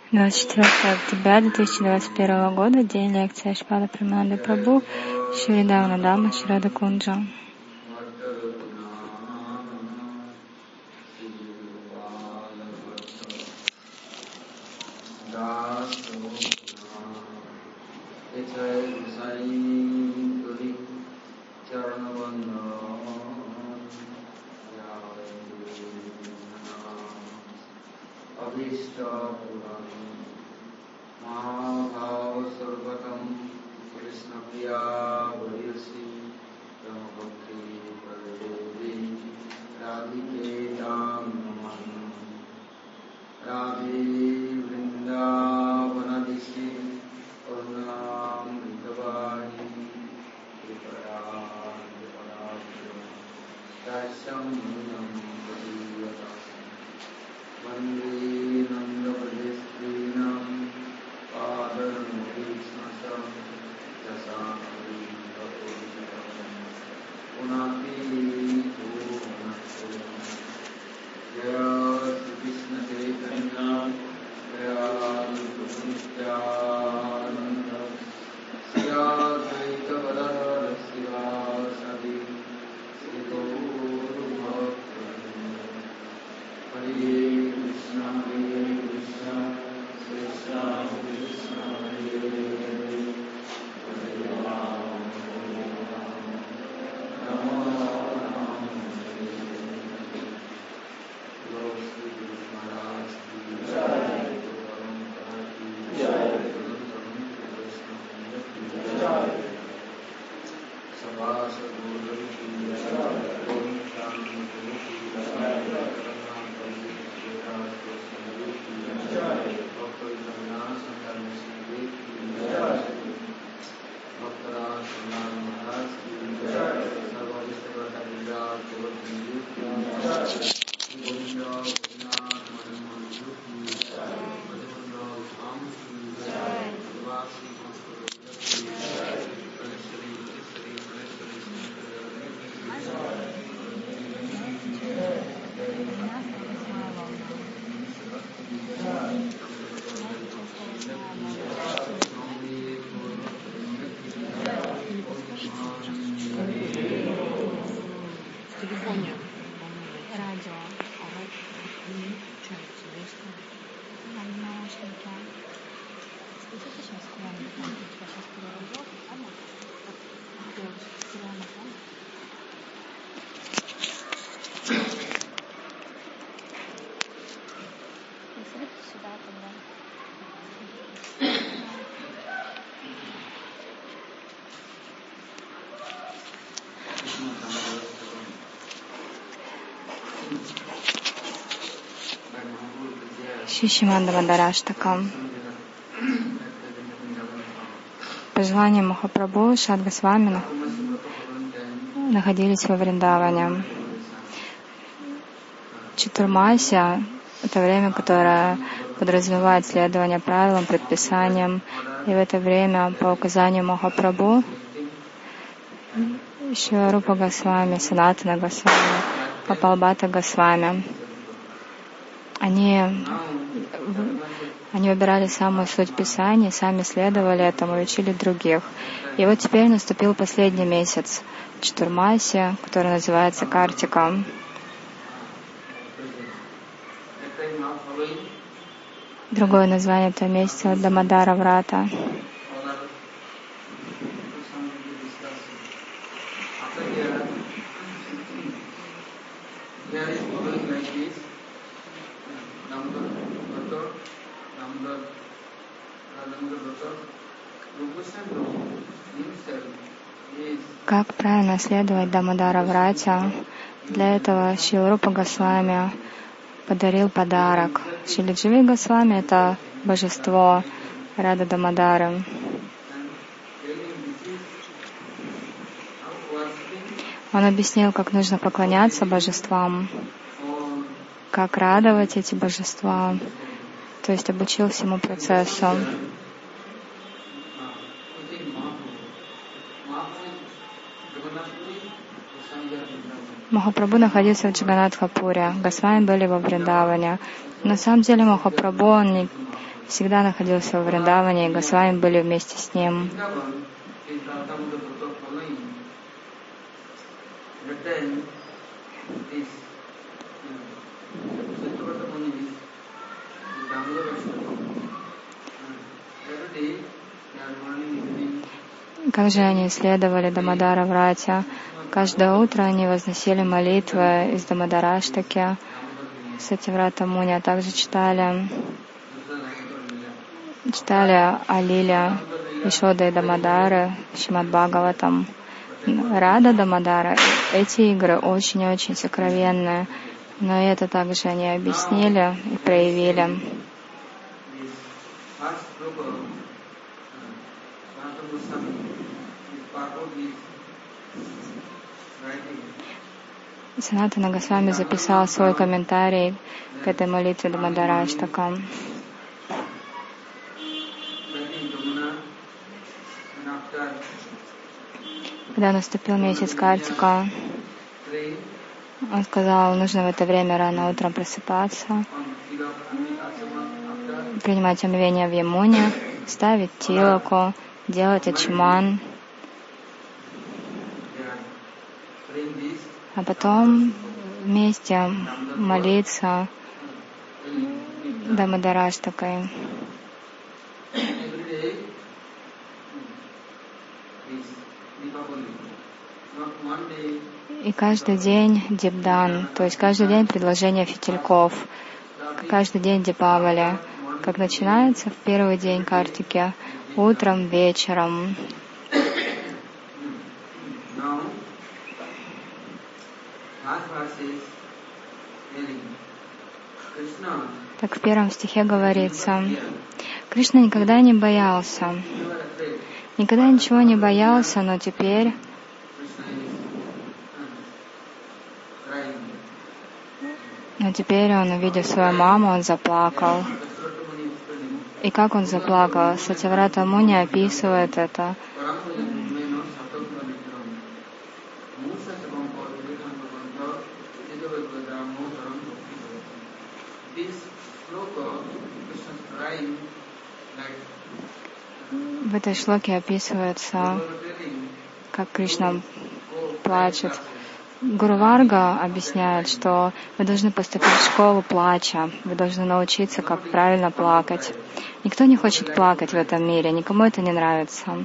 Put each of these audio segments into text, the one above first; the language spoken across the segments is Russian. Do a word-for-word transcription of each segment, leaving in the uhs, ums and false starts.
двадцать четвёртого октября две тысячи двадцать первого года, день лекции Шрила Преманананда Прабху, Шри Даванадама, Шри Радакунджа. Шишиманда Мандараштакам. По желанию Махапрабху Шат Госвами находились во Вриндаване. Чатурмася — это время, которое подразумевает следование правилам, предписаниям. И в это время, по указанию Махапрабху, Шрила Рупа Госвами, Санатана Госвами, Гопал-бхатта Госвами, они, они выбирали самую суть Писания, сами следовали этому и учили других. И вот теперь наступил последний месяц Чатурмаси, который называется Картика. Другое название этого месяца — Дамодара Врата. Как правильно следовать Дамодара Врате? Для этого Шрила Рупа Госвами подарил подарок. Шрила Джива Госвами — это божество Рада Дамодары. Он объяснил, как нужно поклоняться божествам, как радовать эти божества, то есть обучил всему процессу. Махапрабху находился в Джаганнатхапуре, Госвами были во Вриндаване. На самом деле Махапрабху он не, всегда находился в Вриндаване, и Госвами были вместе с ним. Как же они исследовали Дамодара Вратья? Каждое утро они возносили молитвы из Дамодараштаки, Сатьяврата Муни, а также читали, читали о лиле Ишода и Дамодары, Шримад Бхагаватам. Рада Дамодара, эти игры очень-очень сокровенные, но это также они объяснили и проявили. Санатана Госвами записал свой комментарий к этой молитве Дамодараштака. Когда наступил месяц Картика, он сказал, нужно в это время рано утром просыпаться, принимать омовение в Ямуне, ставить тилаку, делать ачиман, а потом вместе молиться Дамодараштакой. И каждый день дипдан, то есть каждый день предложение фитильков, каждый день дипавали, как начинается в первый день Картики, утром, вечером. Так в первом стихе говорится, Кришна никогда не боялся, никогда ничего не боялся, но теперь но теперь он, увидев свою маму, он заплакал. И как он заплакал? Сатьяврата Муни описывает это. В этой шлоке описывается, как Кришна плачет. Гуру Варга объясняет, что вы должны поступить в школу плача, вы должны научиться, как правильно плакать. Никто не хочет плакать в этом мире, никому это не нравится.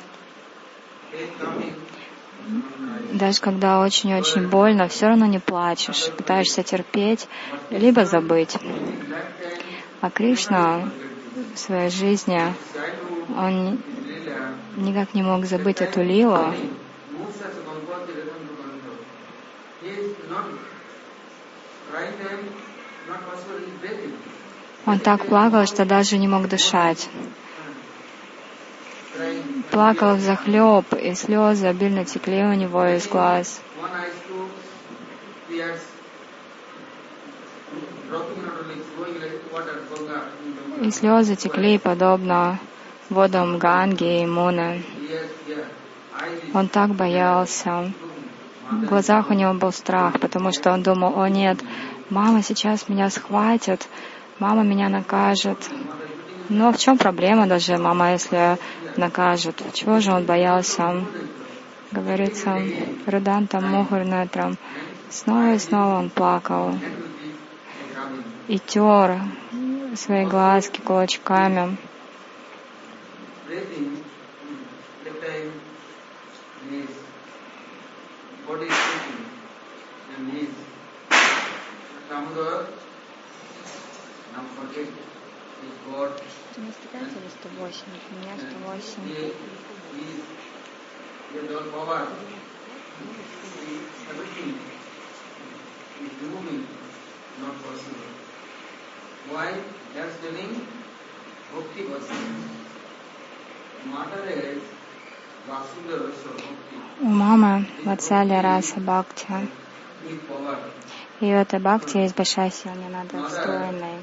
Даже когда очень-очень больно, все равно не плачешь, пытаешься терпеть, либо забыть. А Кришна в своей жизни, он никак не мог забыть эту лилу. Он так плакал, что даже не мог дышать. Плакал взахлеб, и слезы обильно текли у него из глаз. И слезы текли подобно водам Ганги и Муны. Он так боялся. В глазах у него был страх, потому что он думал, о нет, мама сейчас меня схватит, мама меня накажет. Но в чем проблема даже, мама, если накажет? Чего же он боялся? Говорится, Рудантам Мухурнетрам. Снова и снова он плакал и тер свои глазки кулачками. девяносто пять или сто восемь? У меня сто восемь. У мамы Ватсалия раса бхакти. И в этой бхакти есть большая сила, не надо встроенной.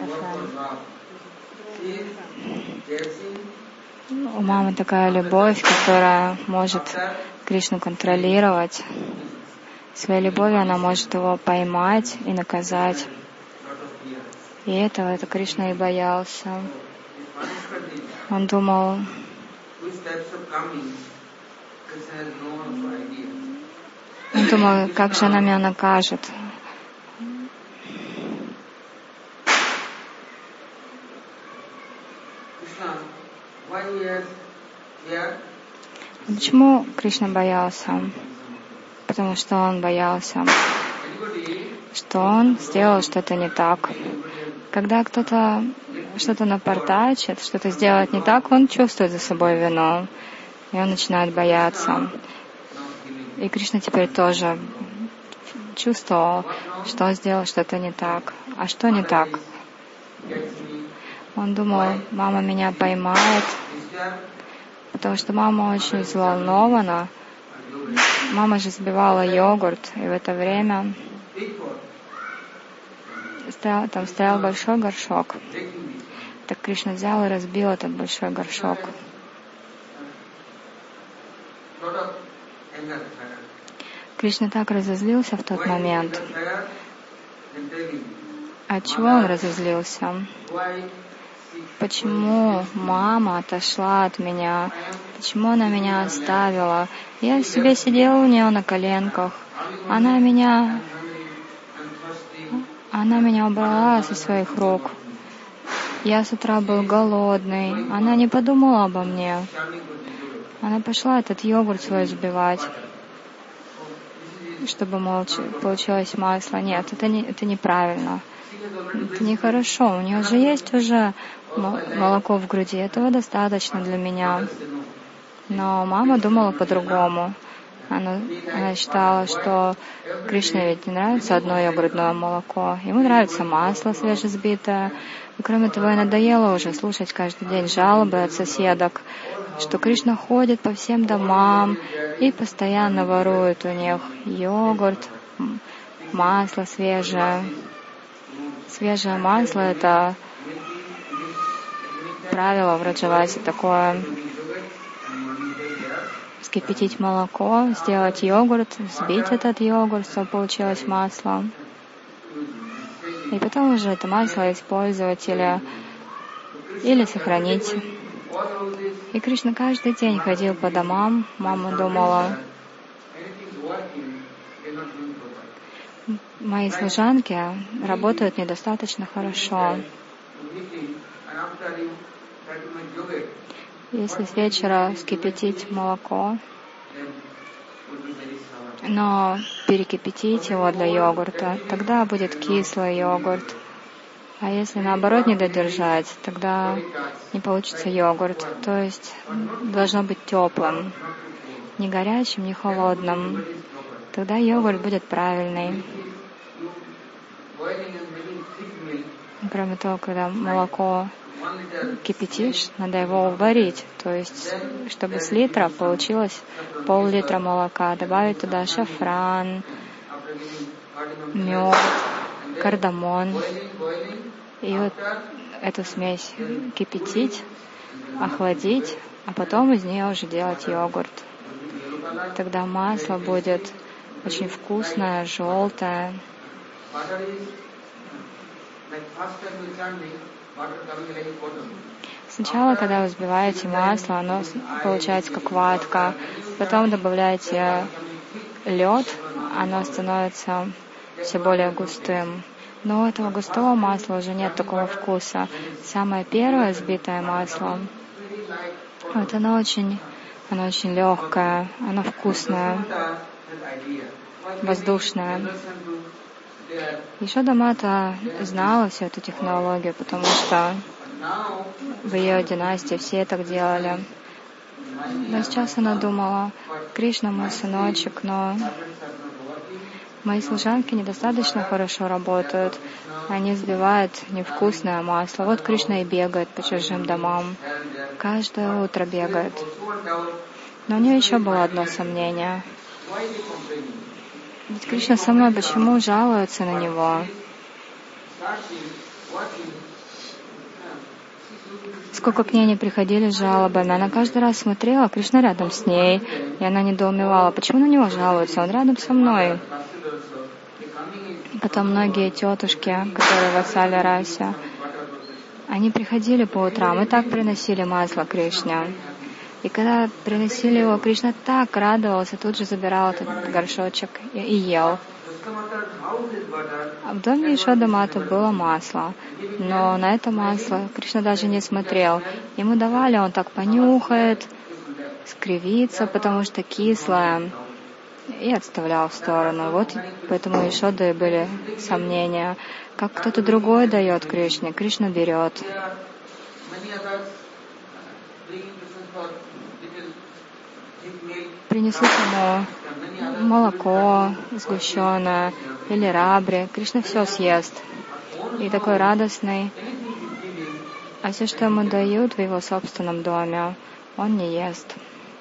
У мамы такая любовь, которая может Кришну контролировать. Своей любовью она может его поймать и наказать. И этого это Кришна и боялся. Он думал, он думал, как же она меня накажет. Почему Кришна боялся? Потому что он боялся, что он сделал что-то не так. Когда кто-то что-то напортачит, что-то сделает не так, он чувствует за собой вину, и он начинает бояться. И Кришна теперь тоже чувствовал, что он сделал что-то не так. А что не так? Он думал, мама меня поймает, потому что мама очень взволнована. Мама же сбивала йогурт, и в это время стоял, там стоял большой горшок. Так Кришна взял и разбил этот большой горшок. Кришна так разозлился в тот момент. От чего он разозлился? Почему мама отошла от меня? Почему она меня оставила? Я себе сидела у нее на коленках. Она меня, она меня убрала со своих рук. Я с утра был голодный. Она не подумала обо мне. Она пошла этот йогурт свой сбивать, чтобы молча, получилось масло. Нет, это, не, это неправильно. Это нехорошо. У нее же есть уже молоко в груди. Этого достаточно для меня. Но мама думала по-другому. Она, она считала, что Кришне ведь не нравится одно ее грудное молоко. Ему нравится масло свежесбитое. И кроме того, ей надоело уже слушать каждый день жалобы от соседок, что Кришна ходит по всем домам и постоянно ворует у них йогурт, масло свежее. Свежее масло — это правило в Раджавасе такое. Вскипятить молоко, сделать йогурт, взбить этот йогурт, чтобы получилось масло. И потом уже это масло использовать или, или сохранить. И Кришна каждый день ходил по домам. Мама думала, мои служанки работают недостаточно хорошо. Если с вечера вскипятить молоко, но перекипятить его для йогурта, тогда будет кислый йогурт. А если наоборот не додержать, тогда не получится йогурт. То есть должно быть теплым, не горячим, не холодным. Тогда йогурт будет правильный. Кроме того, когда молоко кипятишь, надо его уварить. То есть, чтобы с литра получилось пол-литра молока. Добавить туда шафран, мед, кардамон. И вот эту смесь кипятить, охладить, а потом из нее уже делать йогурт. Тогда масло будет очень вкусное, желтое. Сначала, когда вы взбиваете масло, оно получается как ватка. Потом добавляете лед, оно становится все более густым. Но у этого густого масла уже нет такого вкуса. Самое первое взбитое масло, вот оно очень, оно очень легкое, оно вкусное, воздушное. Ешода Мата знала всю эту технологию, потому что в ее династии все так делали. Но сейчас она думала, Кришна мой сыночек, но мои служанки недостаточно хорошо работают. Они взбивают невкусное масло. Вот Кришна и бегает по чужим домам. Каждое утро бегает. Но у нее еще было одно сомнение. Ведь Кришна со мной почему жалуется на него? Сколько к ней не приходили с жалобами, она каждый раз смотрела, Кришна рядом с ней, и она недоумевала, почему на него жалуются, он рядом со мной. Потом многие тетушки, которые в Ватсале расе, Они приходили по утрам и так приносили масло Кришне. И когда приносили его, Кришна так радовался, тут же забирал этот горшочек и, и ел. А в доме Ешоды Маты было масло, но на это масло Кришна даже не смотрел. Ему давали, он так понюхает, скривится, потому что кислое, и отставлял в сторону. Вот поэтому у Ешоды были сомнения. Как кто-то другой дает Кришне, Кришна берет. Принесут ему молоко сгущенное или рабри. Кришна все съест. И такой радостный. А все, что ему дают в его собственном доме, он не ест.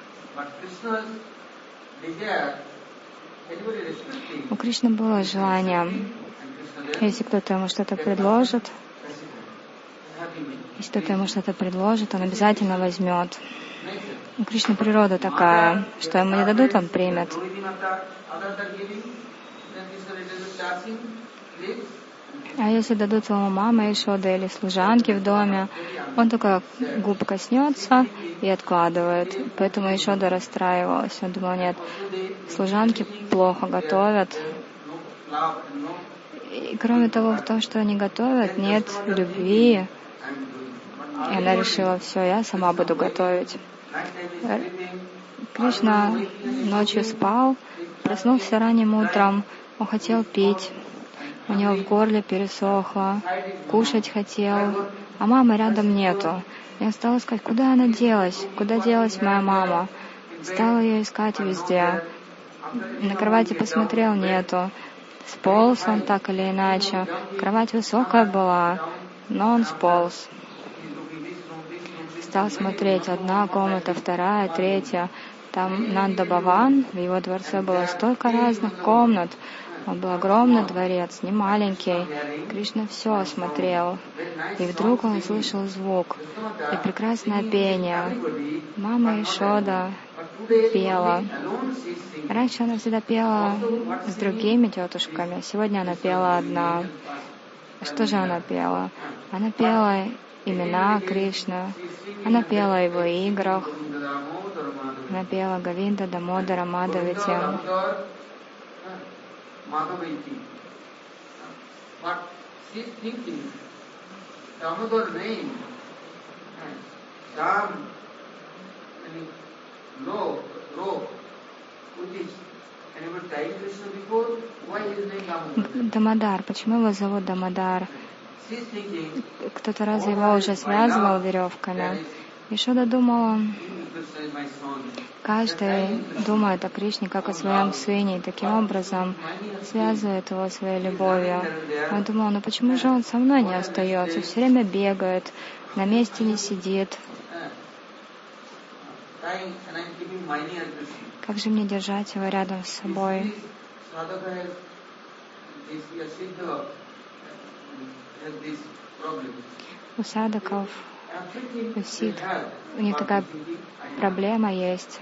У Кришны было желание, если кто-то ему что-то предложит, если кто-то ему что-то предложит, он обязательно возьмет. У Кришны природа такая, что ему не дадут, он примет. А если дадут ему мама Ешода или служанки в доме, он только губ коснется и откладывает. Поэтому Ешода расстраивалась. Он думал, нет, служанки плохо готовят. И кроме того, в том, что они готовят, нет любви. И она решила, все, я сама буду готовить. Кришна ночью спал, проснулся ранним утром, он хотел пить, у него в горле пересохло, кушать хотел, а мамы рядом нету. И он стал искать, куда она делась, куда делась моя мама. Стал ее искать везде. На кровати посмотрел, нету. Сполз он так или иначе. Кровать высокая была, но он сполз. Стал смотреть, одна комната, вторая, третья. Там Нанда Бхаван, в его дворце было столько разных комнат. Он был огромный дворец, не маленький. Кришна все осмотрел. И вдруг он услышал звук и прекрасное пение. Мама Ешода пела. Раньше она всегда пела с другими тетушками, сегодня она пела одна. Что же она пела? Она пела имена Кришны, она пела о его играх, она пела Говинда, Дамодара, Мадавити. Дамодар, почему его зовут Дамодар? Кто-то разве его уже связывал веревками? Ешода думала, каждый думает о Кришне как о своем сыне, и таким образом связывает его своей любовью. Он думал, ну почему же он со мной не остается, все время бегает, на месте не сидит. Как же мне держать его рядом с собой? У садхаков, у сидх, у них такая проблема есть.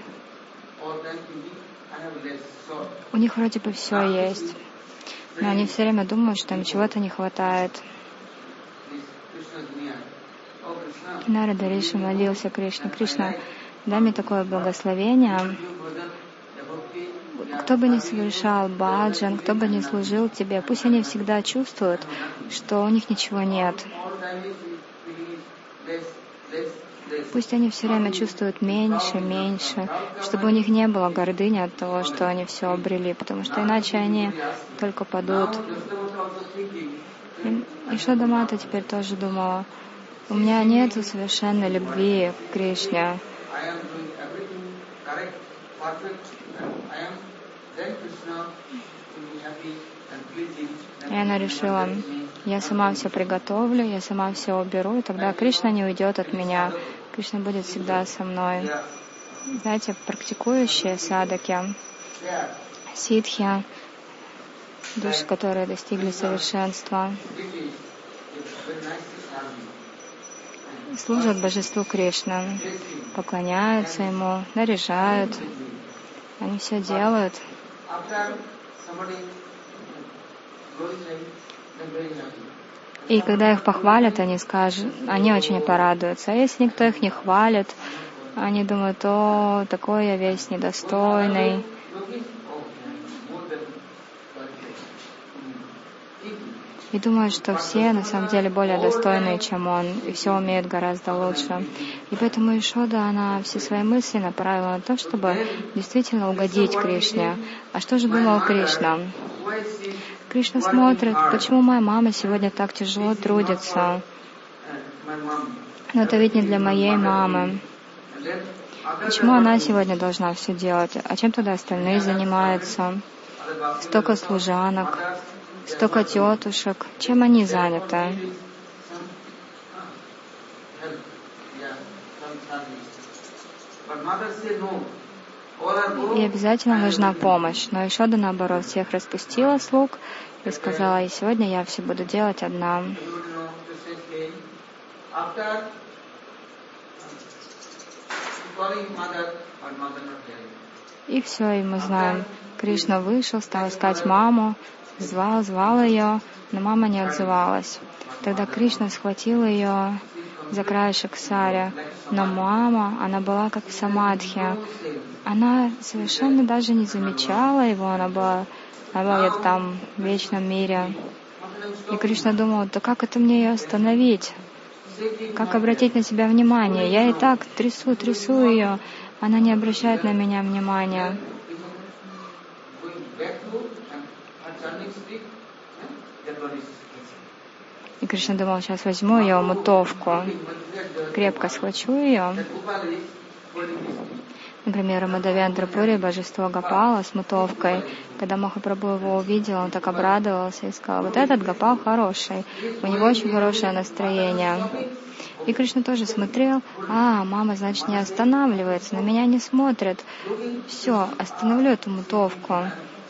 У них вроде бы все есть, но они все время думают, что им чего-то не хватает. Нарада Риши молился Кришне: Кришна, дай мне такое благословение. Кто бы ни совершал баджан, кто бы ни служил Тебе, пусть они всегда чувствуют, что у них ничего нет. Пусть они все время чувствуют меньше, меньше, чтобы у них не было гордыни от того, что они все обрели, потому что иначе они только падут. И Ешода Мата теперь тоже думала, у меня нет совершенной любви к Кришне. И она решила, я сама все приготовлю, я сама все уберу, и тогда Кришна не уйдет от меня. Кришна будет всегда со мной. Знаете, практикующие садаки, ситхи, души, которые достигли совершенства, служат Божеству Кришны, поклоняются Ему, наряжают. Они все делают. И когда их похвалят, они скажут, они очень порадуются. А если никто их не хвалит, они думают: о, такой я весь недостойный. И думают, что все на самом деле более достойные, чем он, и все умеют гораздо лучше. И поэтому Ешода, она все свои мысли направила на то, чтобы действительно угодить Кришне. А что же думал Кришна? Кришна смотрит, почему моя мама сегодня так тяжело трудится. Но это ведь не для моей мамы. Почему она сегодня должна все делать? А чем тогда остальные занимаются? Столько служанок, столько тетушек. Чем они заняты? И обязательно нужна помощь. Но Ешода, наоборот, всех распустила слуг и сказала: и сегодня я все буду делать одна. И все, и мы знаем. Кришна вышел, стал искать маму, звал, звал ее, но мама не отзывалась. Тогда Кришна схватил ее за краешек сари, но мама, она была как в самадхи. Она совершенно даже не замечала его, она была, она была где-то там в вечном мире. И Кришна думал: да как это мне ее остановить? Как обратить на себя внимание? Я и так трясу, трясу ее, она не обращает на меня внимания. И Кришна думал: сейчас возьму ее мутовку, крепко схвачу ее. Например, у Мадавендра-пури божество Гопала с мутовкой. Когда Махапрабху его увидел, он так обрадовался и сказал: вот этот Гопал хороший, у него очень хорошее настроение. И Кришна тоже смотрел: а, мама, значит, не останавливается, на меня не смотрит. Все, остановлю эту мутовку.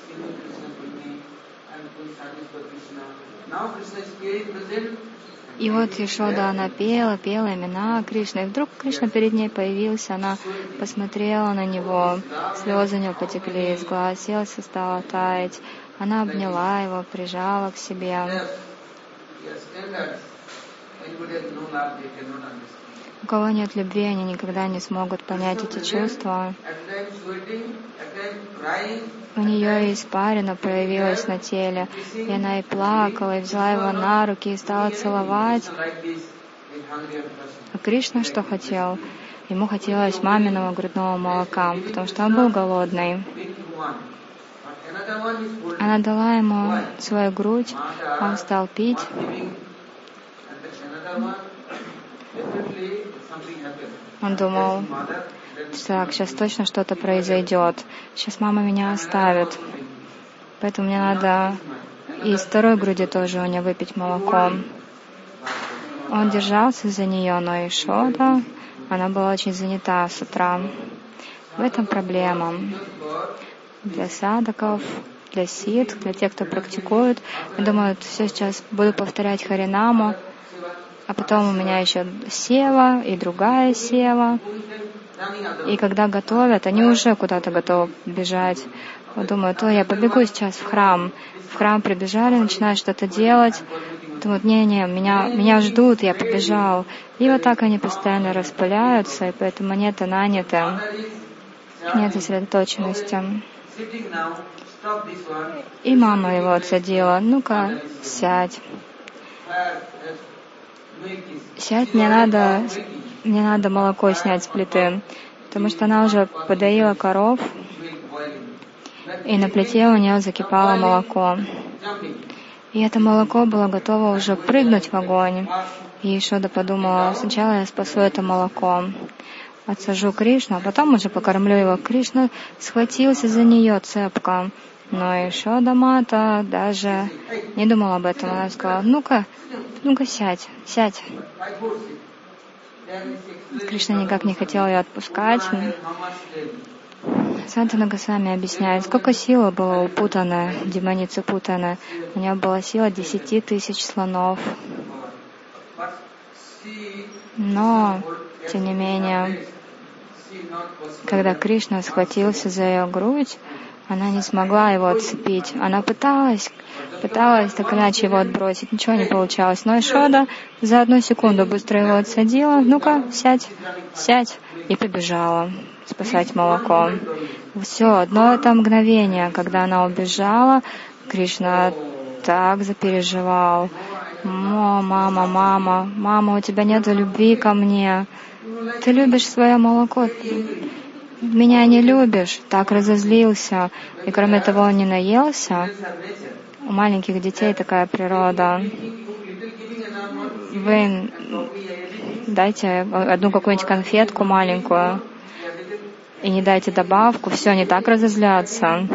И вот Ешода, она пела, пела имена Кришны. И вдруг Кришна перед ней появился, она посмотрела на него, слезы у него потекли из глаз, сердце стало таять. Она обняла его, прижала к себе. У кого нет любви, они никогда не смогут понять эти чувства. У нее испарина проявилась на теле, и она и плакала, и взяла его на руки, и стала целовать. А Кришна что хотел? Ему хотелось маминого грудного молока, потому что он был голодный. Она дала ему свою грудь, он стал пить. Он думал: так, сейчас точно что-то произойдет. Сейчас мама меня оставит. Поэтому мне надо и из второй груди тоже у нее выпить молоко. Он держался за нее, но Ешода, она была очень занята с утра. В этом проблема. Для садаков, для ситх, для тех, кто практикует, думают: все, сейчас буду повторять Харинаму, а потом у меня еще сева и другая сева. И когда готовят, они уже куда-то готовы бежать. Думают: о, я побегу сейчас в храм. В храм прибежали, начинают что-то делать. Думают: не-не, меня, меня ждут, я побежал. И вот так они постоянно распыляются, и поэтому нет ананиты, нет сосредоточенности. И мама его отсадила: ну-ка, сядь. Сядь, мне надо, мне надо молоко снять с плиты, потому что она уже подоила коров, и на плите у нее закипало молоко. И это молоко было готово уже прыгнуть в огонь. И Ешода подумала: сначала я спасу это молоко, отсажу Кришну, а потом уже покормлю его. Кришна схватился за нее цепко. Но Ешода Мата даже не думала об этом. Она сказала: ну-ка, ну-ка сядь, сядь. Кришна никак не хотел ее отпускать. Сантана Госвами объясняет, сколько силы было у Путаны, демоницы Путаны. У нее была сила десяти тысяч слонов. Но, тем не менее, когда Кришна схватился за ее грудь, Она не смогла его отцепить. Она пыталась, пыталась так иначе его отбросить. Ничего не получалось. Но Ишода за одну секунду быстро его отсадила. Ну-ка, сядь, сядь. И побежала спасать молоко. Все, одно это мгновение, когда она убежала, Кришна так запереживал. Мама, мама, мама, у тебя нет любви ко мне. Ты любишь свое молоко. Меня не любишь, так разозлился. И кроме того, он не наелся. У маленьких детей такая природа. Вы дайте одну какую-нибудь конфетку маленькую и не дайте добавку, все, они так разозлятся.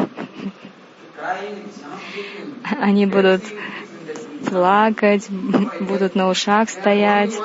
Они будут плакать, будут на ушах стоять,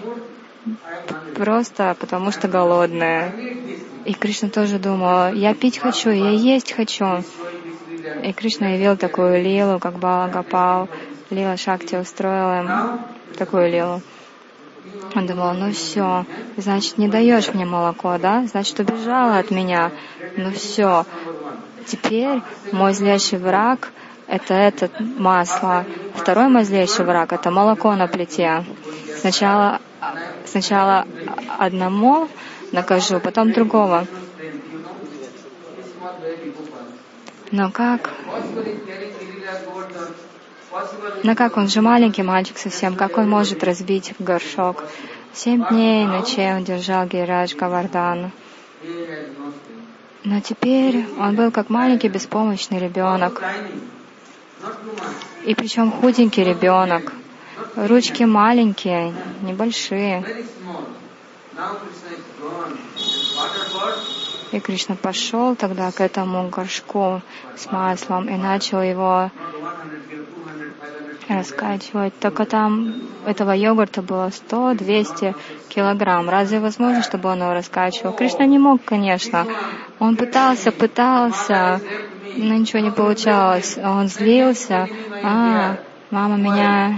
просто потому что голодные. И Кришна тоже думал, я пить хочу, я есть хочу. И Кришна явил такую лилу, как Бала Гопал. Лила Шакти устроила им такую лилу. Он думал, ну все, значит, не даешь мне молоко, да? Значит, убежала от меня. Ну все, теперь мой злейший враг — это это масло. Второй мой злейший враг — это молоко на плите. Сначала, сначала одному накажу, потом другого. Но как? Но как? Он же маленький мальчик совсем. Как он может разбить горшок? Семь дней и ночей он держал Гирирадж Говардхан. Но теперь он был как маленький беспомощный ребенок. И причем худенький ребенок. Ручки маленькие, небольшие. И Кришна пошел тогда к этому горшку с маслом и начал его раскачивать. Только там этого йогурта было сто-двести килограмм. Разве возможно, чтобы он его раскачивал? Кришна не мог, конечно. Он пытался, пытался, но ничего не получалось. Он злился. А, мама меня...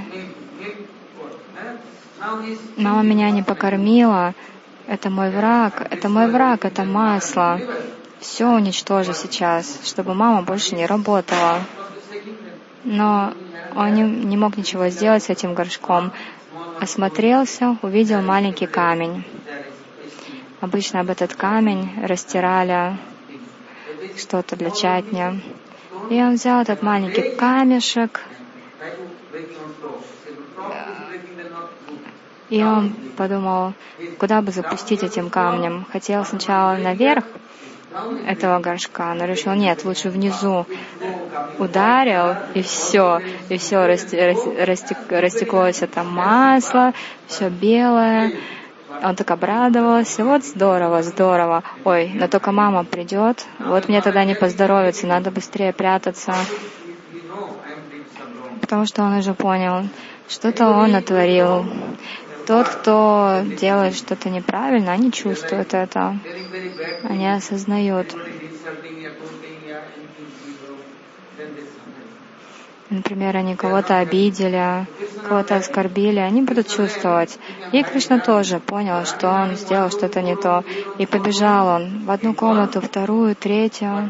Мама меня не покормила. Это мой враг, это мой враг, это масло. Все уничтожу сейчас, чтобы мама больше не работала. Но он не, не мог ничего сделать с этим горшком. Осмотрелся, увидел маленький камень. Обычно об этот камень растирали что-то для чатни. И он взял этот маленький камешек, и он подумал, куда бы запустить этим камнем. Хотел сначала наверх этого горшка, но решил, нет, лучше внизу. Ударил, и все, и все, растек, растеклось это масло, все белое. Он так обрадовался, вот здорово, здорово. Ой, но только мама придет, вот мне тогда не поздоровится, надо быстрее прятаться. Потому что он уже понял, что-то он натворил. Тот, кто делает что-то неправильно, они чувствуют это, они осознают. Например, они кого-то обидели, кого-то оскорбили, они будут чувствовать. И Кришна тоже понял, что он сделал что-то не то. И побежал он в одну комнату, вторую, третью.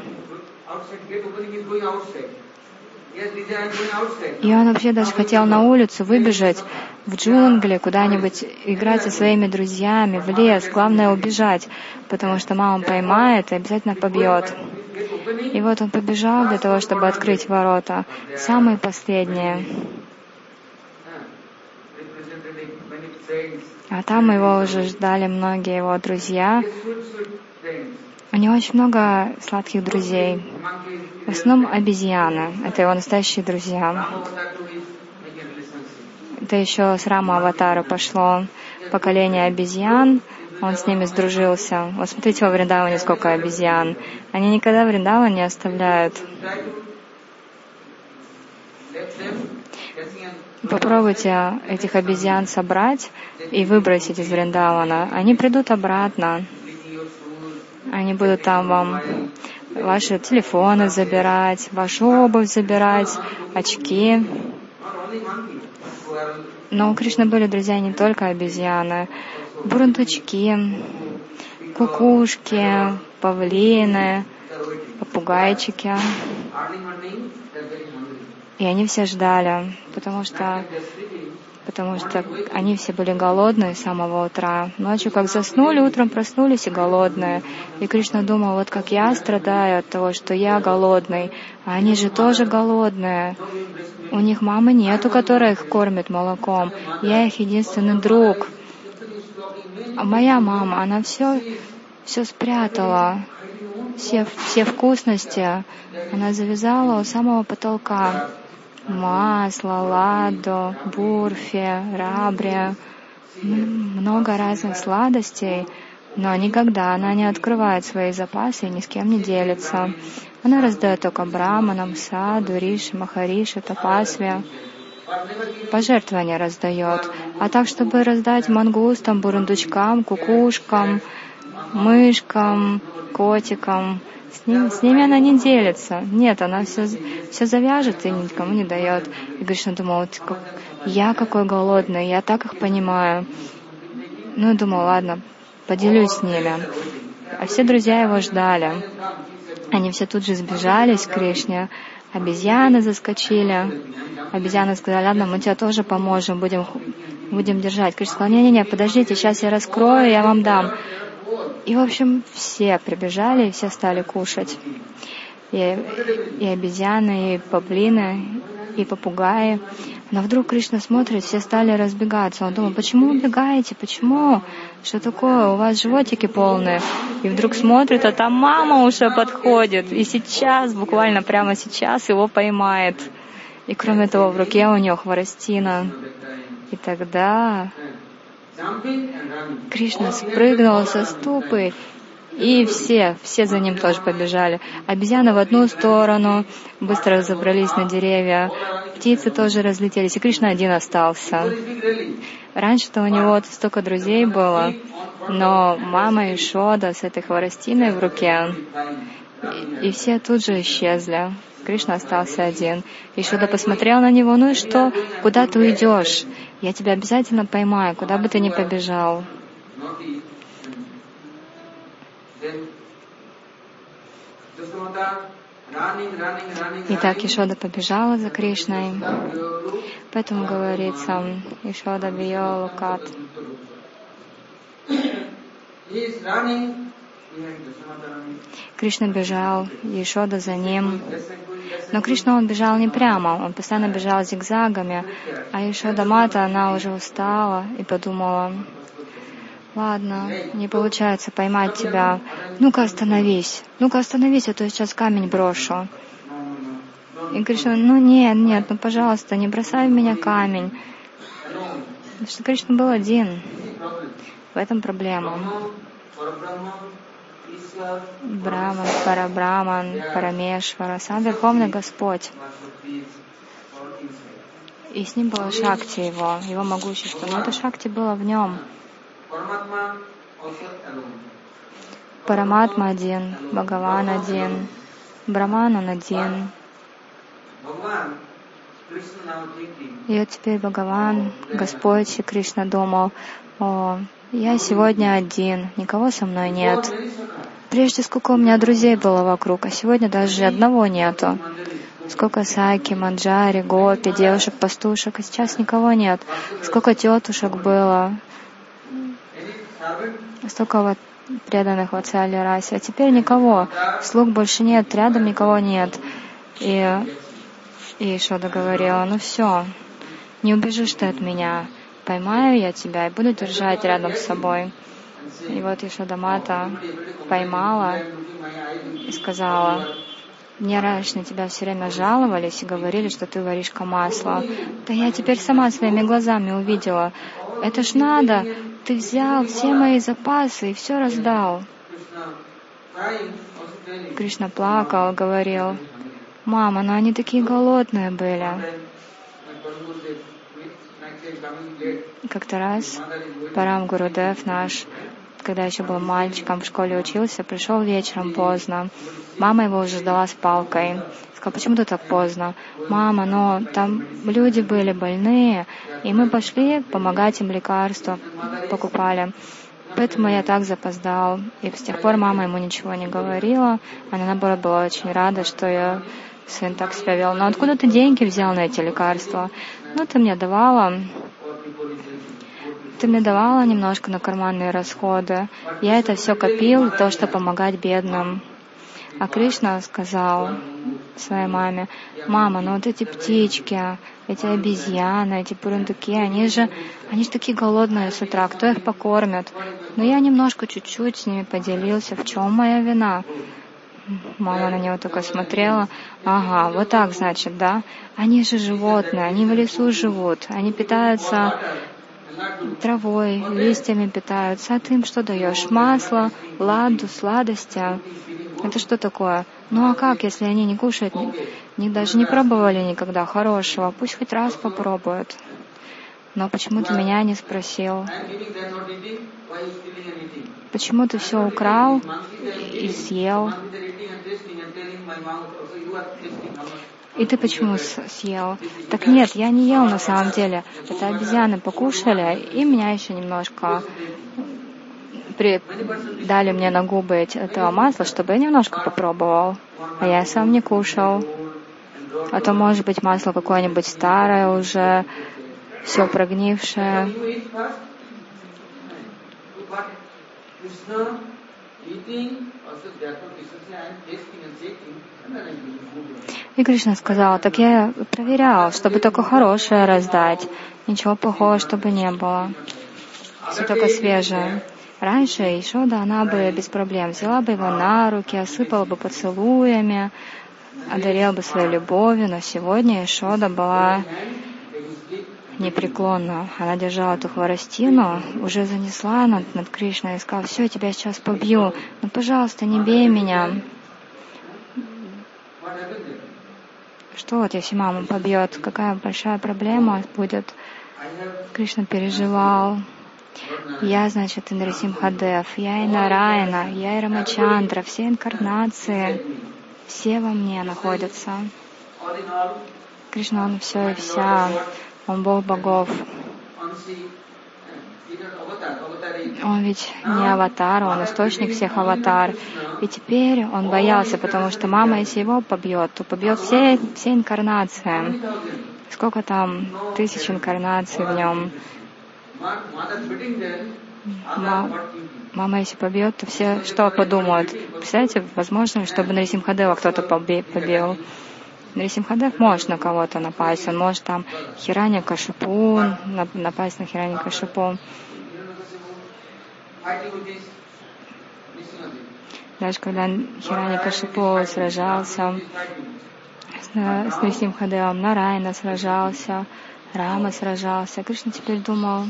И он вообще даже хотел на улицу выбежать, в джунгли, куда-нибудь играть со своими друзьями, в лес. Главное убежать, потому что мама поймает и обязательно побьет. И вот он побежал для того, чтобы открыть ворота, самые последние. А там его уже ждали многие его друзья. У него очень много сладких друзей. В основном обезьяны. Это его настоящие друзья. Это еще с Рама Аватара пошло поколение обезьян. Он с ними сдружился. Вот смотрите, во Вриндаване сколько обезьян. Они никогда Вриндаван не оставляют. Попробуйте этих обезьян собрать и выбросить из Вриндавана. Они придут обратно. Они будут там вам ваши телефоны забирать, вашу обувь забирать, очки. Но у Кришны были друзья не только обезьяны. Бурундучки, кукушки, павлины, попугайчики. И они все ждали, потому что, потому что они все были голодные с самого утра. Ночью как заснули, утром проснулись и голодные. И Кришна думал, вот как я страдаю от того, что я голодный, а они же тоже голодные. У них мамы нету, которая их кормит молоком. Я их единственный друг. А моя мама, она все, все спрятала, все, все вкусности она завязала у самого потолка. Масло, ладо, бурфи, рабри, много разных сладостей, но никогда она не открывает свои запасы и ни с кем не делится. Она раздает только браманам, саду, риши, махариши, тапасве. Пожертвования раздает. А так, чтобы раздать мангустам, бурундучкам, кукушкам, мышкам, котикам, С, ним, с ними она не делится. Нет, она все, все завяжет и никому не дает. И Кришна думал, вот, как, я какой голодный, я так их понимаю. Ну и думал, ладно, поделюсь с ними. А все друзья его ждали. Они все тут же сбежались к Кришне. Обезьяны заскочили. Обезьяны сказали, ладно, мы тебе тоже поможем, будем, будем держать. Кришна сказал, не-не-не, подождите, сейчас я раскрою, я вам дам. И, в общем, все прибежали, и все стали кушать. И, и обезьяны, и павлины, и попугаи. Но вдруг Кришна смотрит, все стали разбегаться. Он думал, почему убегаете, почему? Что такое, у вас животики полные? И вдруг смотрит, а там мама уже подходит. И сейчас, буквально прямо сейчас, его поймает. И кроме того, в руке у нее хворостина. И тогда Кришна спрыгнул со ступы, и все, все за ним тоже побежали. Обезьяны в одну сторону, быстро забрались на деревья, птицы тоже разлетелись, и Кришна один остался. Раньше-то у него столько друзей было, но мама Ешода с этой хворостиной в руке, и, и все тут же исчезли. Кришна остался один. Ешода посмотрел на него, ну и что, куда ты уйдешь? Я тебя обязательно поймаю, куда бы ты ни побежал. Итак, Ешода побежала за Кришной. Поэтому говорится, Ешода био лукат. Кришна бежал, Ешода за ним. Но Кришна, он бежал не прямо, он постоянно бежал зигзагами, а Ешода Мата, она уже устала и подумала, ладно, не получается поймать тебя, ну-ка остановись, ну-ка остановись, а то я сейчас камень брошу. И Кришна, ну нет, нет, ну пожалуйста, не бросай в меня камень. Потому что Кришна был один, в этом проблема. Браман, Парабраман, Парамешвара, сам Верховный Господь. И с ним было Шакти его, его могущество. Но это Шакти было в нем. Параматма один, Бхагаван один, Браман он один. И вот теперь Бхагаван, Господь и Кришна думал, о, я сегодня один, никого со мной нет. Прежде сколько у меня друзей было вокруг, а сегодня даже одного нету. Сколько саки, манджари, гопи, девушек-пастушек, а сейчас никого нет. Сколько тетушек было, столько вот преданных в Ватсале расе, а теперь никого. Слуг больше нет, рядом никого нет. И, и Ешода говорила, ну все, не убежишь ты от меня. Поймаю я тебя и буду держать рядом с собой. И вот Ешода Мата поймала и сказала, мне раньше на тебя все время жаловались и говорили, что ты воришка масла. Да я теперь сама своими глазами увидела. Это ж надо, ты взял все мои запасы и все раздал. Кришна плакал, говорил, мама, ну они такие голодные были. Как-то раз Парам Гурудев наш, когда еще был мальчиком, в школе учился, пришел вечером поздно. Мама его уже ждала с палкой. Сказала, почему ты так поздно? Мама, но там люди были больные, и мы пошли помогать им лекарства, покупали. Поэтому я так запоздал. И с тех пор мама ему ничего не говорила. Она, наоборот, была очень рада, что я сын так себя вел. Но откуда ты деньги взял на эти лекарства? Ну, ты мне давала. Ты мне давала немножко на карманные расходы. Я это все копил для того, чтобы помогать бедным. А Кришна сказал своей маме: мама, ну вот эти птички, эти обезьяны, эти бурундуки, они же, они же такие голодные с утра, кто их покормит? Но я немножко, чуть-чуть с ними поделился. В чем моя вина? Мама на него только смотрела. Ага, вот так, значит, да? Они же животные, они в лесу живут, они питаются травой, листьями питаются. А ты им что даешь? Масло, ладу, сладости. Это что такое? Ну а как, если они не кушают, ни, ни, даже не пробовали никогда хорошего? Пусть хоть раз попробуют. Но почему ты меня не спросил? Почему ты все украл и съел? И ты почему съел? Так нет, я не ел на самом деле. Это обезьяны покушали, и меня еще немножко при... дали мне на губы этого масла, чтобы я немножко попробовал. А я сам не кушал. А то, может быть, масло какое-нибудь старое уже, все прогнившее. И Кришна сказал: так я проверял, чтобы только хорошее раздать. Ничего плохого, чтобы не было. Все только свежее. Раньше Ешода, она бы без проблем взяла бы его на руки, осыпала бы поцелуями, одарила бы своей любовью, но сегодня Ешода была непреклонна. Она держала эту хворостину, уже занесла над, над Кришной и сказала: все, я тебя сейчас побью, но, пожалуйста, не бей меня. Что вот, если мама побьет, какая большая проблема будет? Кришна переживал. Я, значит, и Нарисимхадев, я и Нараяна, я и Рамачандра, все инкарнации, все во мне находятся. Кришна, Он все и вся, Он Бог богов. Он ведь не аватар, Он источник всех аватар. И теперь Он боялся, потому что мама, если его побьет, то побьет все, все инкарнации. Сколько там тысяч инкарнаций в нем. Мама, если побьет, то все что подумают? Представляете, возможно, чтобы Нарисимхадева кто-то побил. Нарисимхадев может на кого-то напасть, он может там Хираньякашипу, напасть на Хираньякашипу. Даже когда Хираньякашипу сражался с Нарисимхадевом, Нараяна сражался, Рама сражался. Кришна теперь думал: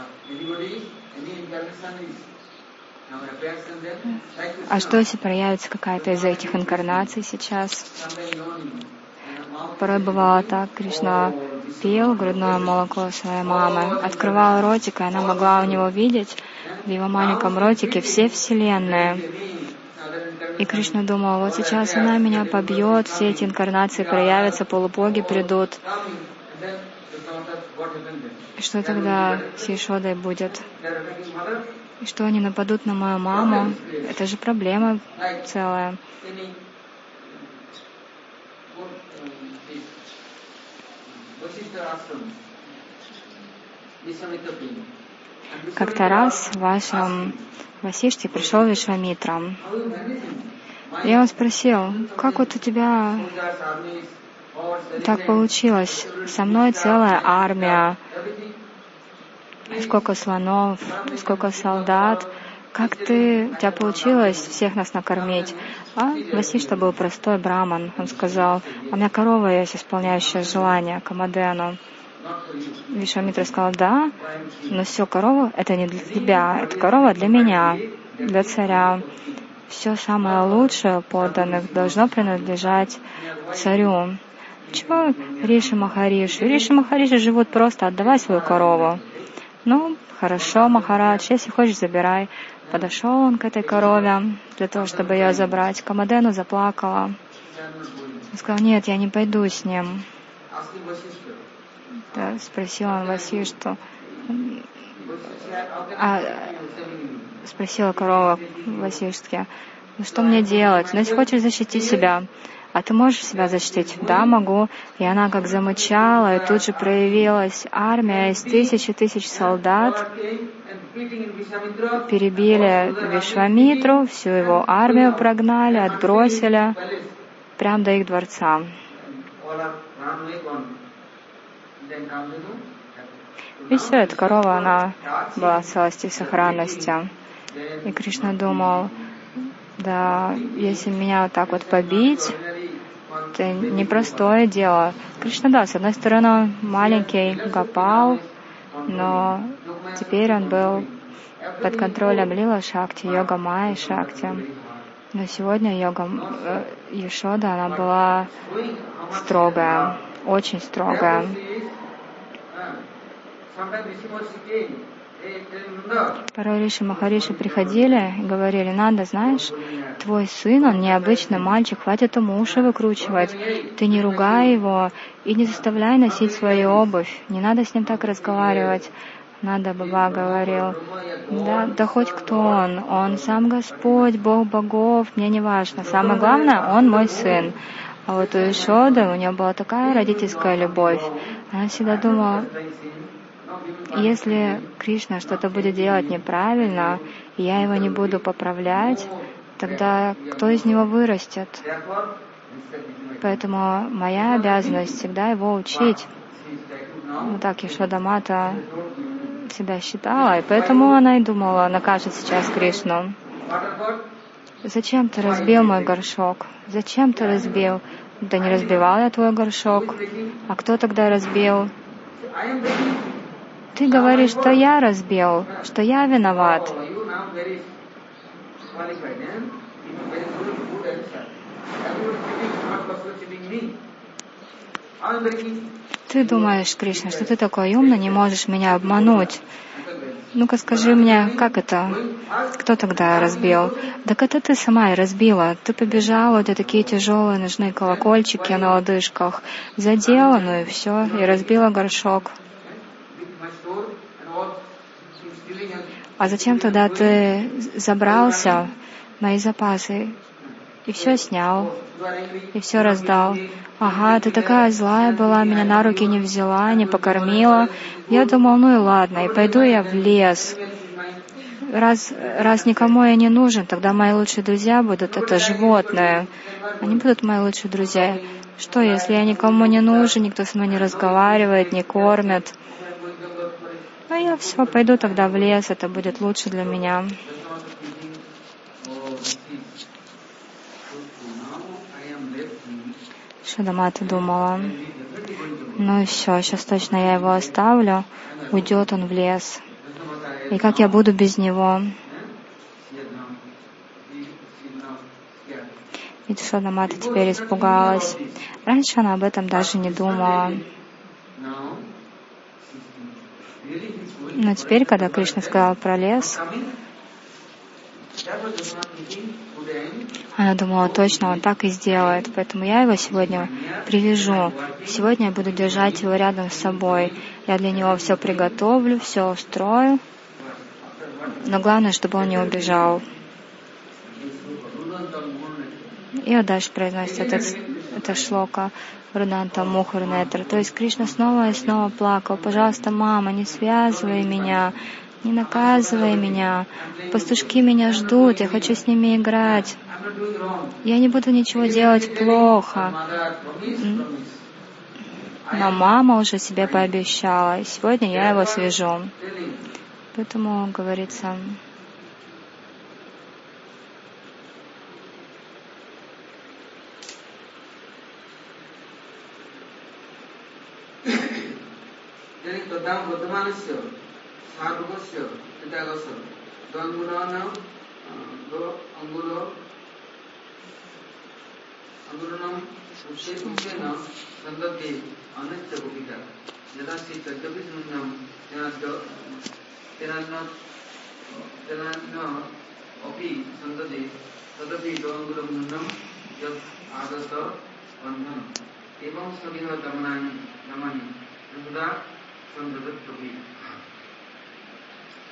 а что, если проявится какая-то из этих инкарнаций сейчас? Порой бывало так, Кришна пил грудное молоко своей мамы, открывал ротик, и она могла у него видеть в его маленьком ротике все вселенные. И Кришна думал: вот сейчас она меня побьет, все эти инкарнации проявятся, полубоги придут. И что тогда с Ешодой будет? И что они нападут на мою маму? Это же проблема целая. Как-то раз в вашем Васиште пришел Вишвамитра. Я его спросил: как вот у тебя так получилось? Со мной целая армия, сколько слонов, сколько солдат. Как ты, у тебя получилось всех нас накормить? А Васишта был простой браман. Он сказал: у меня корова есть, исполняющая желание, Камадену. Вишвамитра сказал: да, но все, корова — это не для тебя, это корова для меня, для царя. Все самое лучшее подданных должно принадлежать царю. Чего Риши Махариши? Риши Махариши живут просто: отдавай свою корову. Ну, хорошо, Махарадж, если хочешь, забирай. Подошел он к этой корове для того, чтобы ее забрать. Камадену заплакала. Он сказал: нет, я не пойду с ним. Да, спросил он Васишту: а, спросила корова Васишки, ну что мне делать? Ну, если хочешь защитить себя, а ты можешь себя защитить? Да, могу. И она как замычала, и тут же проявилась армия из тысячи тысяч солдат, перебили Вишвамитру, всю его армию прогнали, отбросили прямо до их дворца. И все, эта корова, она была в целости и сохранности. И Кришна думал, да, если меня вот так вот побить, это непростое дело. Кришна, да, с одной стороны, маленький Гопал, но теперь он был под контролем Лила Шакти, йога Майя Шакти. Но сегодня йога э, Яшода, она была строгая, очень строгая. Порой Риши Махариши приходили и говорили, надо, знаешь, твой сын, он необычный мальчик, хватит ему уши выкручивать, ты не ругай его и не заставляй носить свою обувь, не надо с ним так разговаривать. Надо, Баба говорил, да, да хоть кто он, он сам Господь, Бог богов, мне не важно, самое главное, он мой сын. А вот у Ишоды, у нее была такая родительская любовь, она всегда думала, если Кришна что-то будет делать неправильно, и я его не буду поправлять, тогда кто из него вырастет? Поэтому моя обязанность всегда его учить. Вот так Яшода Мата всегда считала, и поэтому она и думала, накажет сейчас Кришну. Зачем ты разбил мой горшок? Зачем ты разбил? Да не разбивал я твой горшок. А кто тогда разбил? Ты говоришь, что я разбил, что я виноват. Ты думаешь, Кришна, что ты такой умный, не можешь меня обмануть. Ну-ка скажи мне, как это? Кто тогда разбил? Так это ты сама и разбила. Ты побежала, у тебя такие тяжелые, нужны колокольчики на лодыжках. Задела, ну и все, и разбила горшок. А зачем тогда ты забрался в мои запасы и все снял, и все раздал? Ага, ты такая злая была, меня на руки не взяла, не покормила. Я думал, ну и ладно, и пойду я в лес. Раз, раз никому я не нужен, тогда мои лучшие друзья будут это животные. Они будут мои лучшие друзья. Что, если я никому не нужен, никто со мной не разговаривает, не кормит? Ну я все, пойду тогда в лес, это будет лучше для меня. Шадамата думала, ну и все, сейчас точно я его оставлю, уйдет он в лес. И как я буду без него? И Шадамата теперь испугалась. Раньше она об этом даже не думала. Но теперь, когда Кришна сказал про лес, она думала, точно, он так и сделает. Поэтому я его сегодня привяжу. Сегодня я буду держать его рядом с собой. Я для него все приготовлю, все устрою. Но главное, чтобы он не убежал. И вот дальше произносится это, это шлока Руданта Мухарнетра. То есть Кришна снова и снова плакал. Пожалуйста, мама, не связывай меня, не наказывай меня. Пастушки меня ждут, я хочу с ними играть. Я не буду ничего делать плохо. Но мама уже себе пообещала, и сегодня я его свяжу. Поэтому говорится...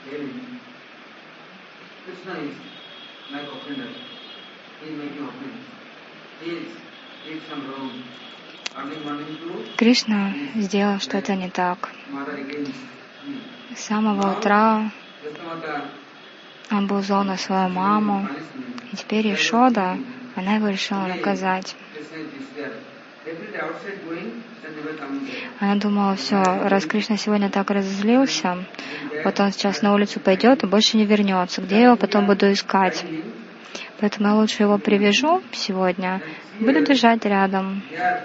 Кришна сделал что-то не так. С самого утра он был зол на свою маму, и теперь Ешода, она его решила наказать. Она думала, все, раз Кришна сегодня так разозлился, вот он сейчас на улицу пойдет и больше не вернется. Где я его потом буду искать? Поэтому я лучше его привяжу сегодня, буду держать рядом.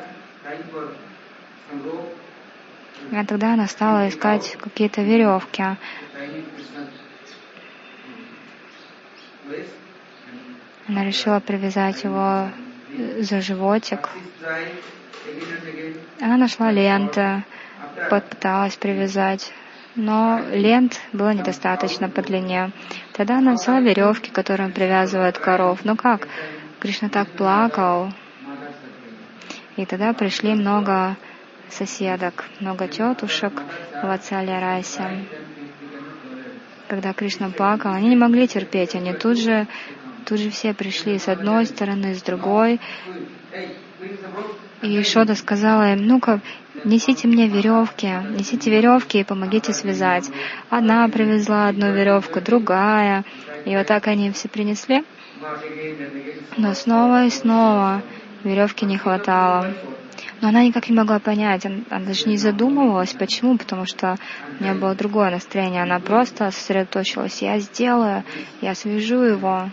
И тогда она стала искать какие-то веревки. Она решила привязать его за животик. Она нашла ленты, попыталась привязать, но лент было недостаточно по длине. Тогда она взяла веревки, которым привязывают коров. Ну как? Кришна так плакал. И тогда пришли много соседок, много тетушек в Ватсалья-расе. Когда Кришна плакал, они не могли терпеть, они тут же, тут же все пришли с одной стороны, с другой. И Ешода сказала им: ну-ка, несите мне веревки, несите веревки и помогите связать. Одна привезла одну веревку, другая. И вот так они все принесли. Но снова и снова веревки не хватало. Но она никак не могла понять, она даже не задумывалась, почему, потому что у нее было другое настроение. Она просто сосредоточилась: я сделаю, я свяжу его.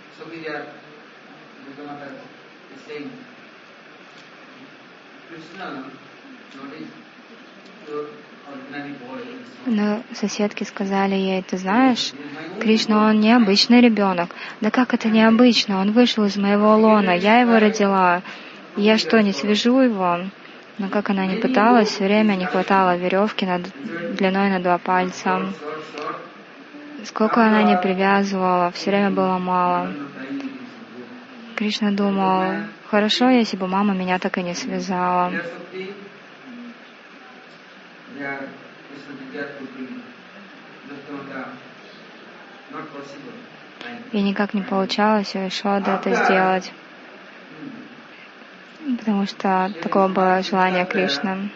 Но соседки сказали ей: ты знаешь, Кришна, он необычный ребенок. Да как это необычно? Он вышел из моего лона, я его родила. Я что, не свяжу его? Но как она ни пыталась, все время не хватало веревки над, длиной на два пальца. Сколько она не привязывала, все время было мало. Кришна думал: хорошо, если бы мама меня так и не связала. И никак не получалось у Ешоды это сделать, потому что такого было желание Кришны.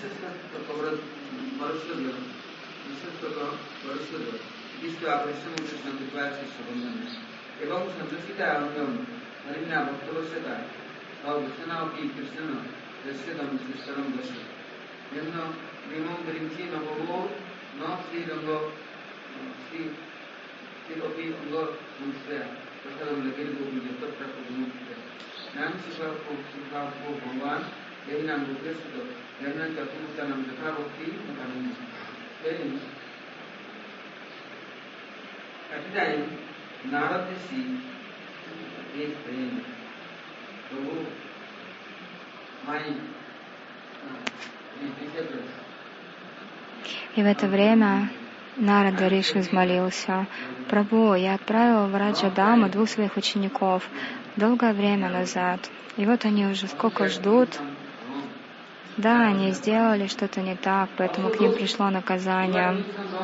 И в это время Нарада Риши взмолился: «Прабху, я отправил в Раджа-даму двух своих учеников долгое время назад. И вот они уже сколько ждут. Да, они сделали что-то не так, поэтому к ним пришло наказание.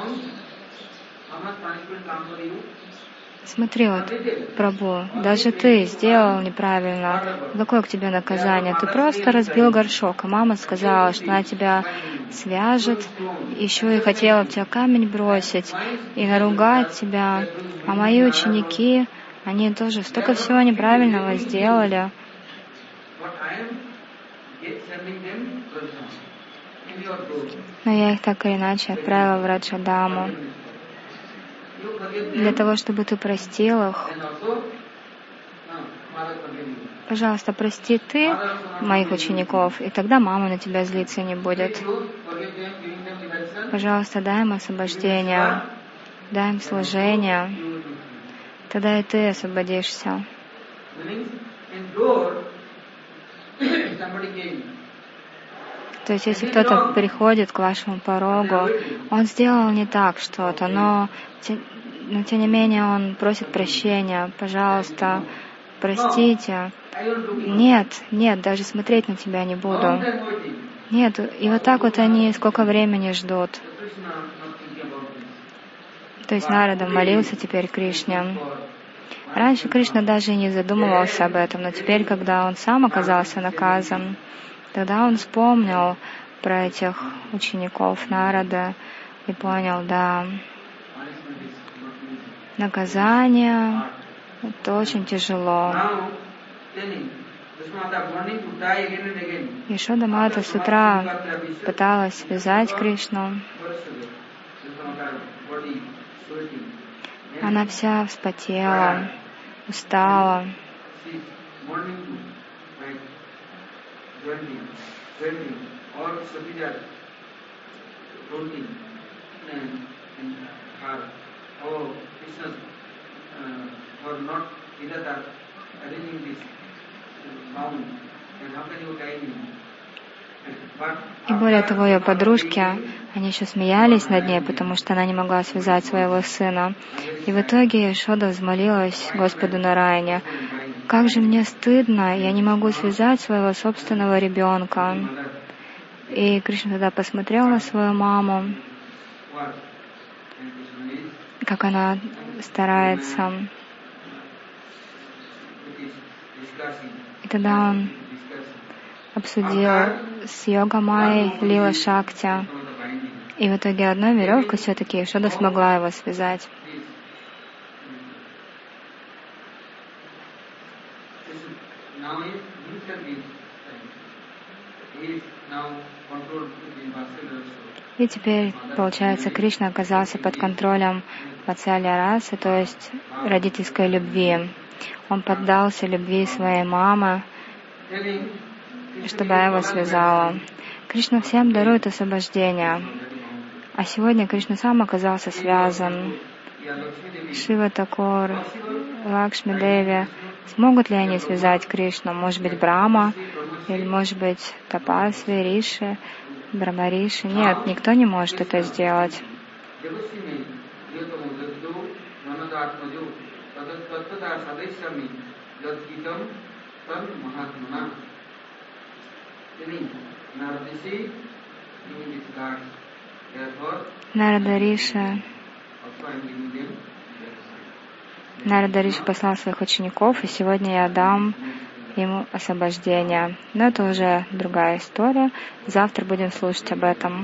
Смотри, вот, Прабху, даже ты сделал неправильно. Какое к тебе наказание? Ты просто разбил горшок, а мама сказала, что она тебя свяжет, еще и хотела в тебя камень бросить и наругать тебя. А мои ученики, они тоже столько всего неправильного сделали. Но я их так или иначе отправила в Раджа-даму. Для того, чтобы ты простил их. Пожалуйста, прости ты моих учеников, и тогда мама на тебя злиться не будет. Пожалуйста, дай им освобождение, дай им служение, тогда и ты освободишься. То есть, если кто-то приходит к вашему порогу, он сделал не так что-то, но, но тем не менее он просит прощения. Пожалуйста, простите. Нет, нет, даже смотреть на тебя не буду. Нет, и вот так вот они сколько времени ждут. То есть Нарада молился теперь Кришне. Раньше Кришна даже и не задумывался об этом, но теперь, когда он сам оказался наказан, тогда он вспомнил про этих учеников Нарада и понял, да, наказание — это очень тяжело. Ешода Мата с утра пыталась связать Кришну. Она вся вспотела, устала. И более того, ее подружки, они еще смеялись над ней, потому что она не могла связать своего сына. И в итоге Ешода взмолилась Господу Нараяне: «Как же мне стыдно, я не могу связать своего собственного ребенка». И Кришна тогда посмотрел на свою маму, как она старается. И тогда он обсудил с Йога-майей Лила Шакти. И в итоге одной веревкой все-таки Ешода смогла его связать. И теперь, получается, Кришна оказался под контролем Ватсалья расы, то есть родительской любви. Он поддался любви своей мамы, чтобы его связала. Кришна всем дарует освобождение. А сегодня Кришна сам оказался связан. Шива Такур, Лакшми Деви, смогут ли они связать Кришну? Может быть, Брахма? Или, может быть, Тапасви, Риши, Брахмариши? Нет, никто не может это сделать. Нарада Риши Нарада Риши послал своих учеников, и сегодня я дам ему освобождение. Но это уже другая история. Завтра будем слушать об этом.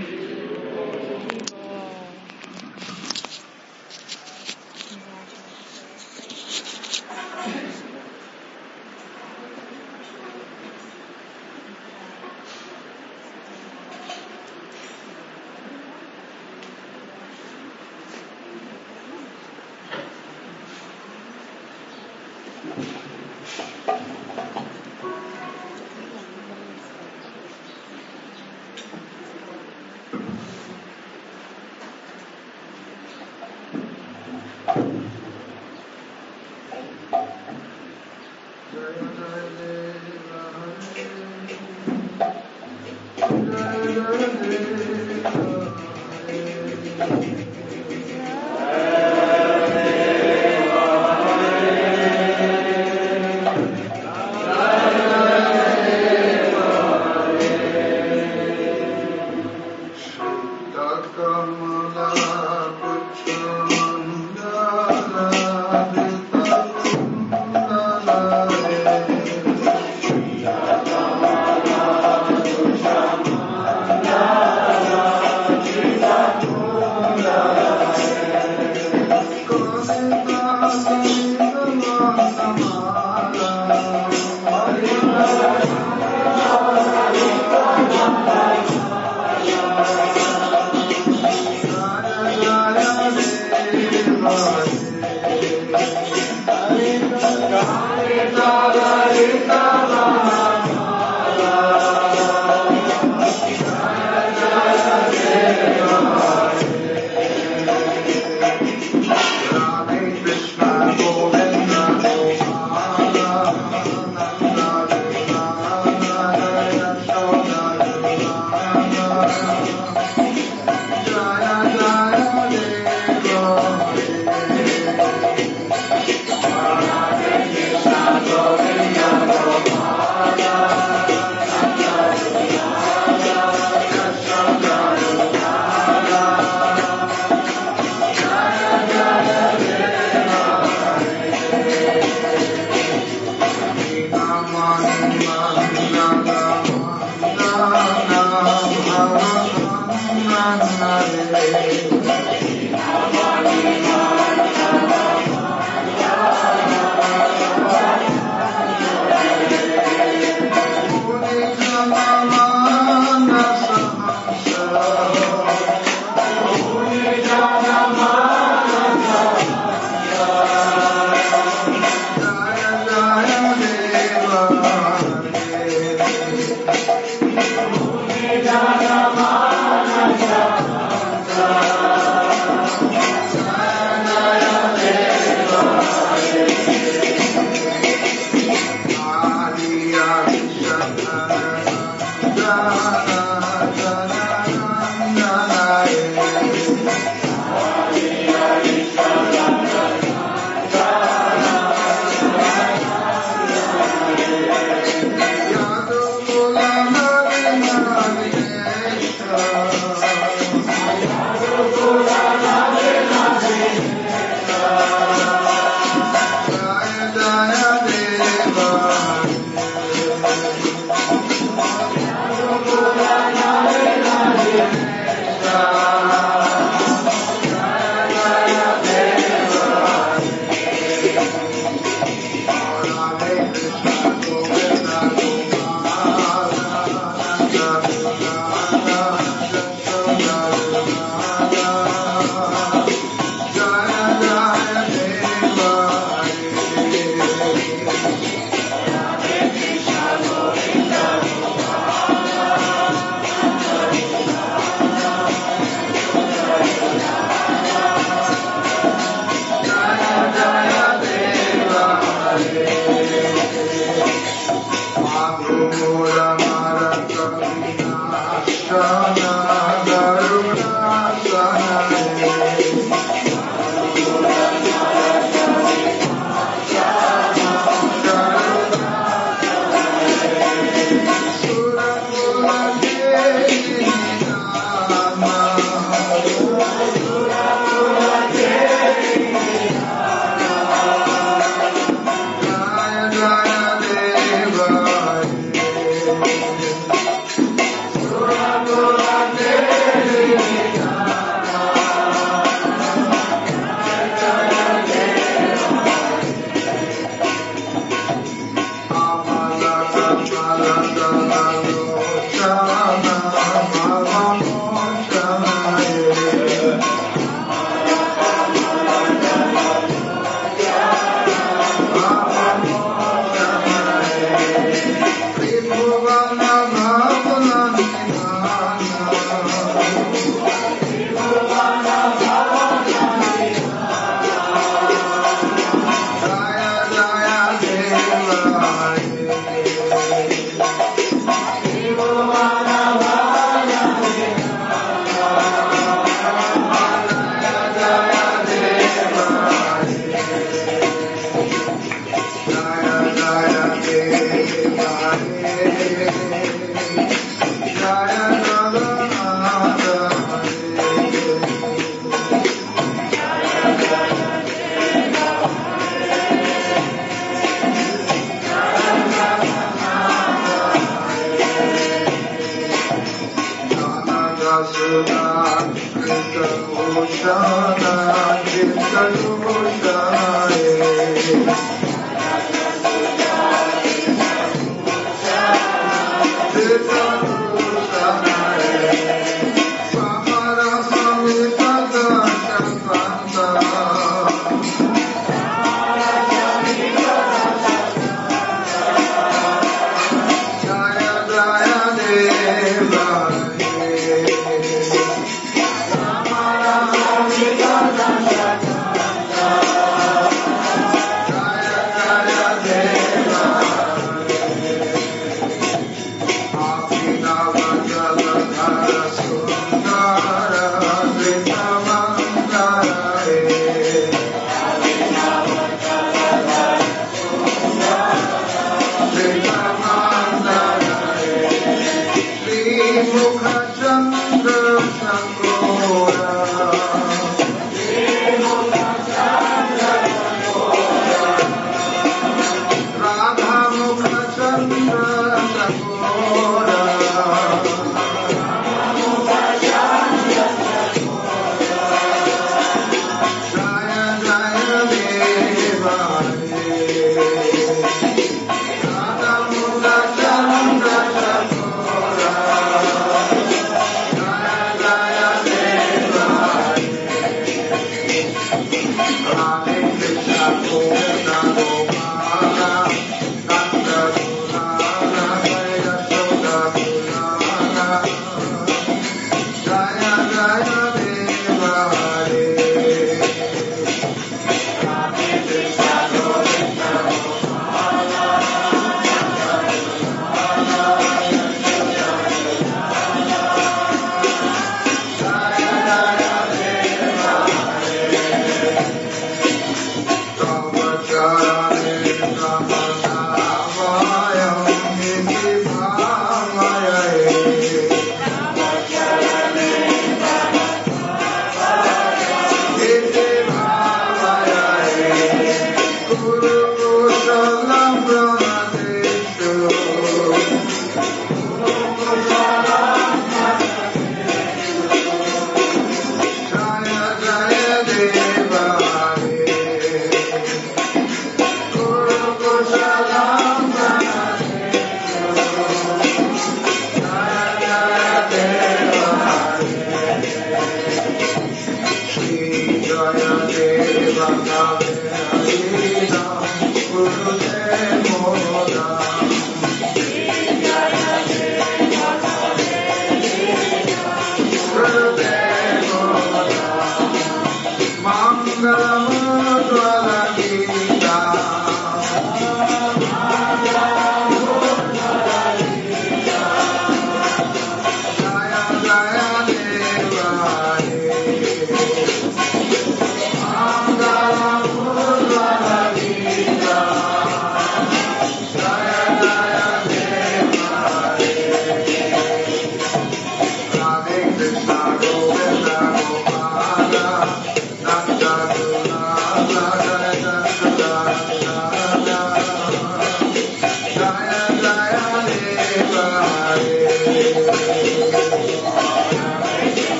Jaya Jaya Deva